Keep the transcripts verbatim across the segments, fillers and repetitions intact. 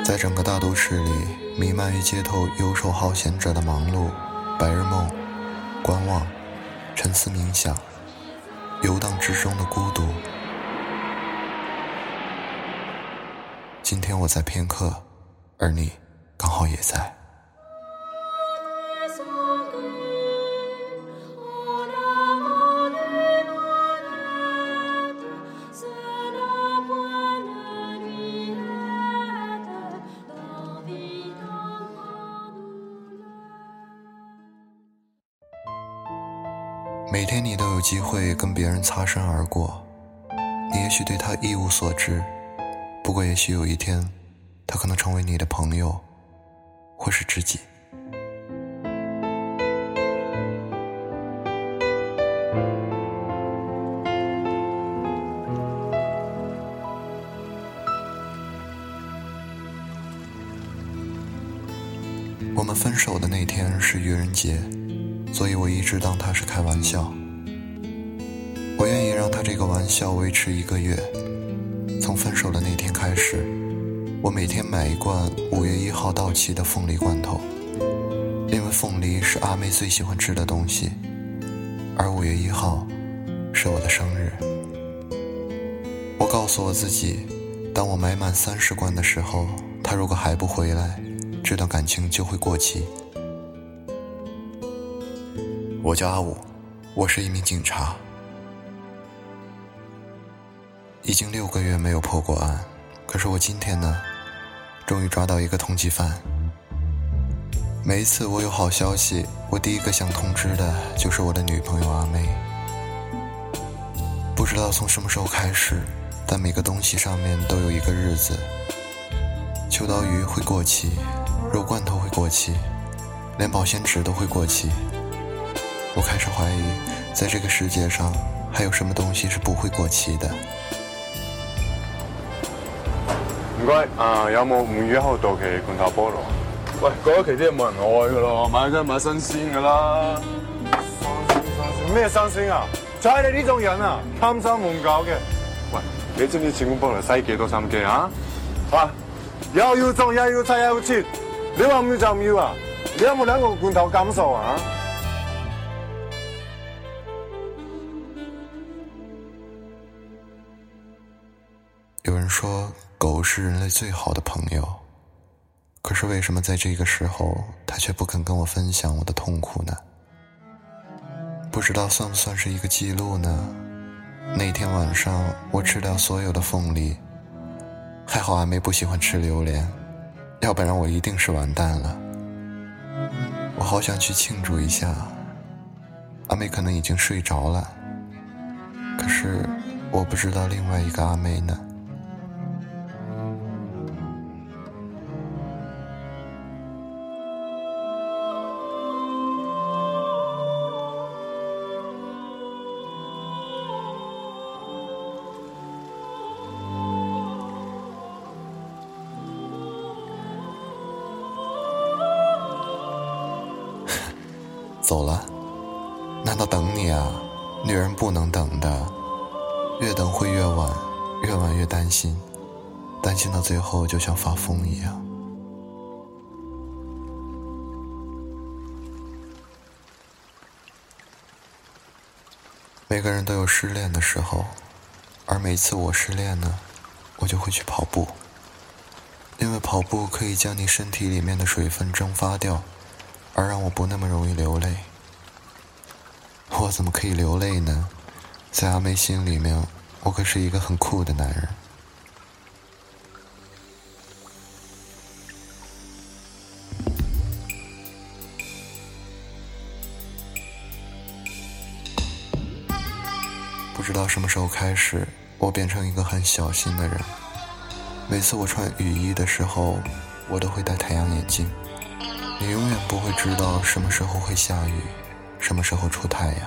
在整个大都市里，弥漫于街头游手好闲者的忙碌、白日梦、观望、沉思冥想，游荡之中的孤独。今天我在片刻，而你刚好也在。每天你都有机会跟别人擦身而过，你也许对他一无所知，不过也许有一天他可能成为你的朋友或是知己。我们分手的那天是愚人节，所以我一直当他是开玩笑。我愿意让他这个玩笑维持一个月。从分手的那天开始，我每天买一罐五月一号到期的凤梨罐头，因为凤梨是阿妹最喜欢吃的东西，而五月一号是我的生日。我告诉我自己，当我买满三十罐的时候，他如果还不回来，这段感情就会过期。我叫阿武，我是一名警察，已经六个月没有破过案，可是我今天呢，终于抓到一个通缉犯。每一次我有好消息，我第一个想通知的就是我的女朋友阿妹。不知道从什么时候开始，但每个东西上面都有一个日子。秋刀鱼会过期，肉罐头会过期，连保鲜纸都会过期。我开始怀疑，在这个世界上还有什么东西是不會過期的。 唔該，啊有冇五月一號到期罐頭菠蘿？喂，過咗期啲冇人愛噶咯，買梗係買新鮮噶啦。新鮮新鮮咩新鮮啊？就係你呢種人啊，貪心悶搞嘅。喂，你知唔知切罐菠蘿嘥幾多心機啊？啊，又要種又要砌又要切，你話唔要就唔要啊？你有冇兩個罐頭減數啊？ 有人说狗是人类最好的朋友，可是为什么在这个时候他却不肯跟我分享我的痛苦呢？不知道算不算是一个记录呢？那天晚上我吃掉所有的凤梨，还好阿妹不喜欢吃榴莲，要不然我一定是完蛋了。我好想去庆祝一下，阿妹可能已经睡着了，可是我不知道另外一个阿妹呢。走了？难道等你啊？女人不能等的，越等会越晚，越晚越担心，担心到最后就像发疯一样。每个人都有失恋的时候，而每次我失恋呢，我就会去跑步，因为跑步可以将你身体里面的水分蒸发掉，而让我不那么容易流泪。我怎么可以流泪呢？在阿妹心里面，我可是一个很酷的男人。不知道什么时候开始，我变成一个很小心的人。每次我穿雨衣的时候，我都会戴太阳眼镜。你永远不会知道什么时候会下雨，什么时候出太阳。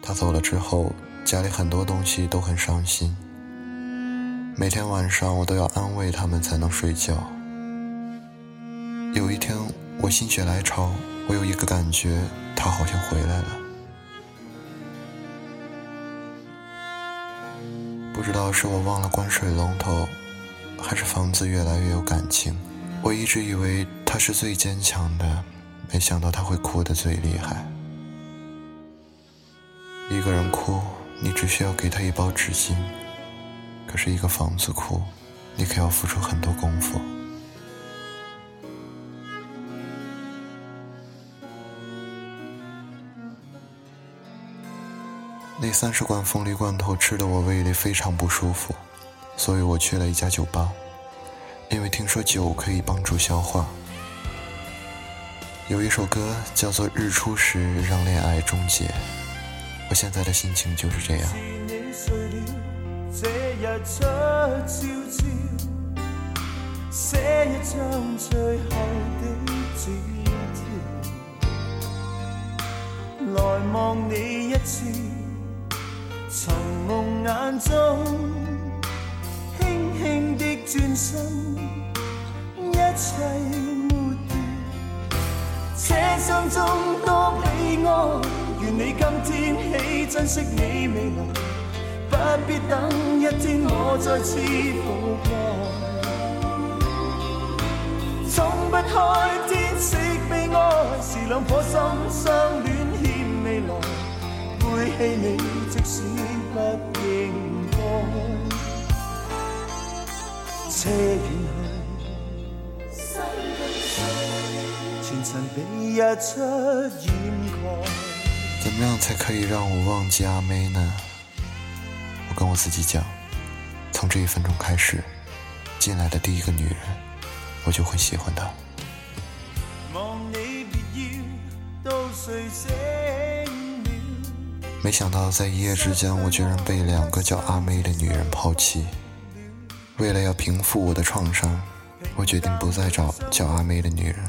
他走了之后，家里很多东西都很伤心，每天晚上我都要安慰他们才能睡觉。有一天我心血来潮，我有一个感觉，他好像回来了。不知道是我忘了关水龙头，还是房子越来越有感情。我一直以为他是最坚强的，没想到他会哭得最厉害。一个人哭，你只需要给他一包纸巾，可是一个房子哭，你可要付出很多功夫。那三十罐凤梨罐头吃得我胃里非常不舒服，所以我去了一家酒吧，因为听说酒可以帮助消化。有一首歌叫做《日出时让恋爱终结》，我现在的心情就是这样。 这日出悄悄写一张最后的纸条，来望你一次，从梦眼中轻轻的转身，一切抹掉，车厢中多悲哀，願你今天起珍惜你未來，不必等一天我再次復來。衝不開天色悲哀，是兩顆心相戀欠未來，背棄你即使不應該。車遠去，前塵被日出掩蓋。 怎么样才可以让我忘记阿妹呢？我跟我自己讲，从这一分钟开始，进来的第一个女人，我就会喜欢她。没想到在一夜之间，我居然被两个叫阿妹的女人抛弃。为了要平复我的创伤，我决定不再找叫阿妹的女人。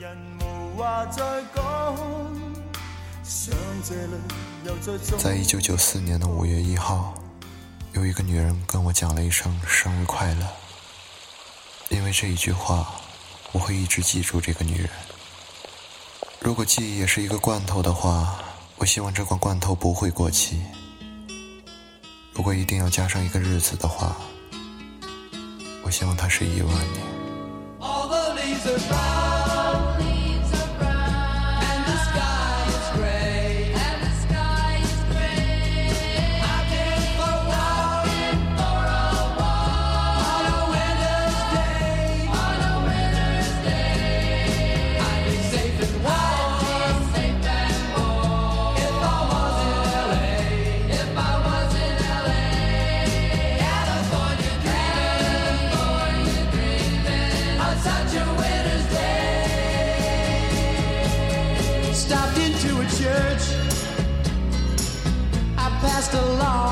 在一九九四年的五月一号，有一个女人跟我讲了一声生日快乐。因为这一句话，我会一直记住这个女人。如果记忆也是一个罐头的话，我希望这罐罐头不会过期。如果一定要加上一个日子的话，我希望它是一万年。All the leaves are brown, leaves are brown, and the sky is gray, and the sky is gray. I've been for a walk, been for a walk, on a winter's day, on a winter's day. I'd be safe and warm, safe and warm, if I was in L A, if I was in L A. California dreaming, California dreaming, on such a winter's day. Stopped into a church, I passed along